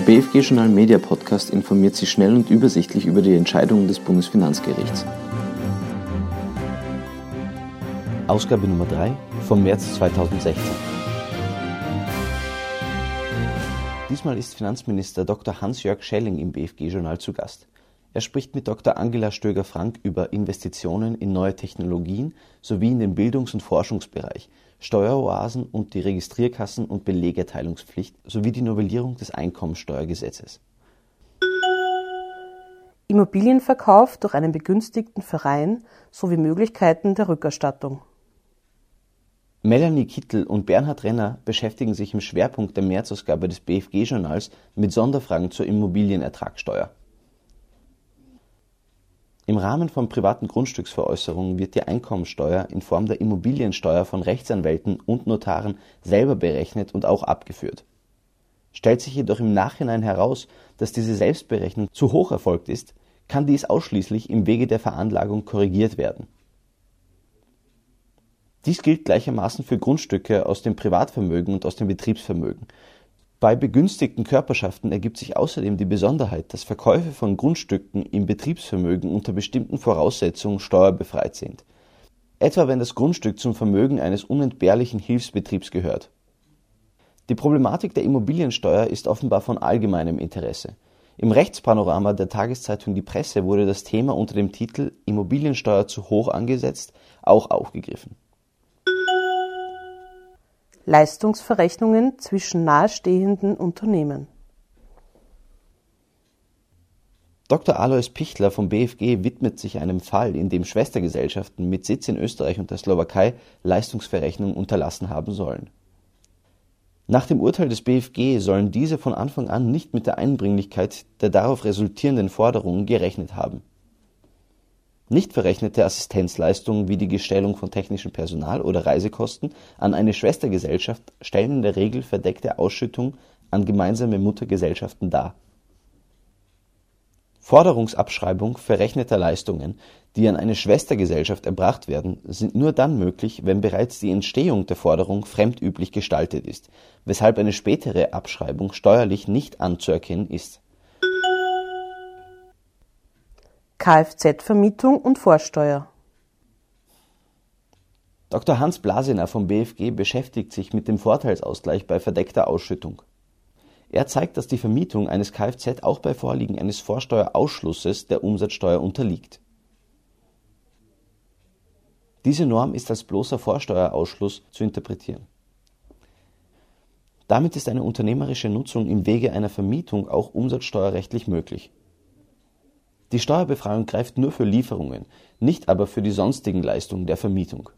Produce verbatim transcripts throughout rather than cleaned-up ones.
B F G-Journal Media Podcast informiert Sie schnell und übersichtlich über die Entscheidungen des Bundesfinanzgerichts. Ausgabe Nummer drei vom März zweitausendsechzehn. Diesmal ist Finanzminister Doktor Hans-Jörg Schelling im B F G-Journal zu Gast. Er spricht mit Doktor Angela Stöger-Frank über Investitionen in neue Technologien sowie in den Bildungs- und Forschungsbereich, Steueroasen und die Registrierkassen- und Belegerteilungspflicht sowie die Novellierung des Einkommensteuergesetzes. Immobilienverkauf durch einen begünstigten Verein sowie Möglichkeiten der Rückerstattung. Melanie Kittel und Bernhard Renner beschäftigen sich im Schwerpunkt der Märzausgabe des B F G-Journals mit Sonderfragen zur Immobilienertragssteuer. Im Rahmen von privaten Grundstücksveräußerungen wird die Einkommensteuer in Form der Immobiliensteuer von Rechtsanwälten und Notaren selber berechnet und auch abgeführt. Stellt sich jedoch im Nachhinein heraus, dass diese Selbstberechnung zu hoch erfolgt ist, kann dies ausschließlich im Wege der Veranlagung korrigiert werden. Dies gilt gleichermaßen für Grundstücke aus dem Privatvermögen und aus dem Betriebsvermögen. Bei begünstigten Körperschaften ergibt sich außerdem die Besonderheit, dass Verkäufe von Grundstücken im Betriebsvermögen unter bestimmten Voraussetzungen steuerbefreit sind. Etwa wenn das Grundstück zum Vermögen eines unentbehrlichen Hilfsbetriebs gehört. Die Problematik der Immobiliensteuer ist offenbar von allgemeinem Interesse. Im Rechtspanorama der Tageszeitung Die Presse wurde das Thema unter dem Titel Immobiliensteuer zu hoch angesetzt auch aufgegriffen. Leistungsverrechnungen zwischen nahestehenden Unternehmen. Doktor Alois Pichler vom B F G widmet sich einem Fall, in dem Schwestergesellschaften mit Sitz in Österreich und der Slowakei Leistungsverrechnungen unterlassen haben sollen. Nach dem Urteil des B F G sollen diese von Anfang an nicht mit der Einbringlichkeit der darauf resultierenden Forderungen gerechnet haben. Nicht verrechnete Assistenzleistungen wie die Gestellung von technischem Personal oder Reisekosten an eine Schwestergesellschaft stellen in der Regel verdeckte Ausschüttung an gemeinsame Muttergesellschaften dar. Forderungsabschreibung verrechneter Leistungen, die an eine Schwestergesellschaft erbracht werden, sind nur dann möglich, wenn bereits die Entstehung der Forderung fremdüblich gestaltet ist, weshalb eine spätere Abschreibung steuerlich nicht anzuerkennen ist. Kfz-Vermietung und Vorsteuer. Doktor Hans Blasener vom B F G beschäftigt sich mit dem Vorteilsausgleich bei verdeckter Ausschüttung. Er zeigt, dass die Vermietung eines Kfz auch bei Vorliegen eines Vorsteuerausschlusses der Umsatzsteuer unterliegt. Diese Norm ist als bloßer Vorsteuerausschluss zu interpretieren. Damit ist eine unternehmerische Nutzung im Wege einer Vermietung auch umsatzsteuerrechtlich möglich. Die Steuerbefreiung greift nur für Lieferungen, nicht aber für die sonstigen Leistungen der Vermietung.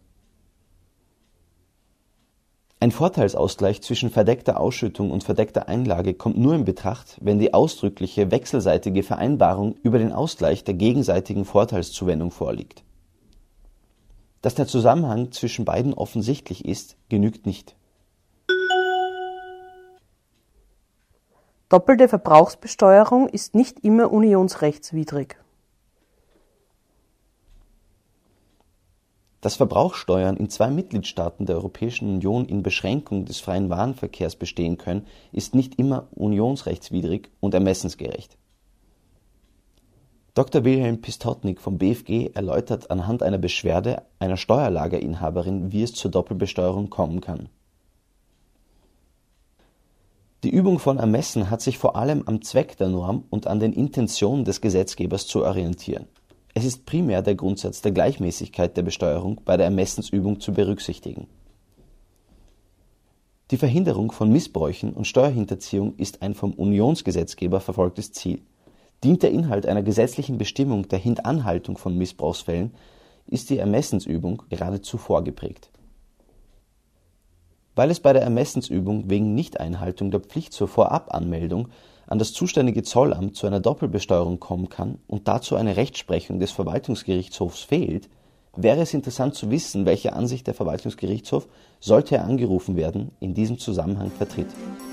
Ein Vorteilsausgleich zwischen verdeckter Ausschüttung und verdeckter Einlage kommt nur in Betracht, wenn die ausdrückliche wechselseitige Vereinbarung über den Ausgleich der gegenseitigen Vorteilszuwendung vorliegt. Dass der Zusammenhang zwischen beiden offensichtlich ist, genügt nicht. Doppelte Verbrauchsbesteuerung ist nicht immer unionsrechtswidrig. Dass Verbrauchssteuern in zwei Mitgliedstaaten der Europäischen Union in Beschränkung des freien Warenverkehrs bestehen können, ist nicht immer unionsrechtswidrig und ermessensgerecht. Doktor Wilhelm Pistotnik vom B F G erläutert anhand einer Beschwerde einer Steuerlagerinhaberin, wie es zur Doppelbesteuerung kommen kann. Die Übung von Ermessen hat sich vor allem am Zweck der Norm und an den Intentionen des Gesetzgebers zu orientieren. Es ist primär der Grundsatz der Gleichmäßigkeit der Besteuerung bei der Ermessensübung zu berücksichtigen. Die Verhinderung von Missbräuchen und Steuerhinterziehung ist ein vom Unionsgesetzgeber verfolgtes Ziel. Dient der Inhalt einer gesetzlichen Bestimmung der Hintanhaltung von Missbrauchsfällen, ist die Ermessensübung geradezu vorgeprägt. Weil es bei der Ermessensübung wegen Nichteinhaltung der Pflicht zur Vorabanmeldung an das zuständige Zollamt zu einer Doppelbesteuerung kommen kann und dazu eine Rechtsprechung des Verwaltungsgerichtshofs fehlt, wäre es interessant zu wissen, welche Ansicht der Verwaltungsgerichtshof, sollte er angerufen werden, in diesem Zusammenhang vertritt.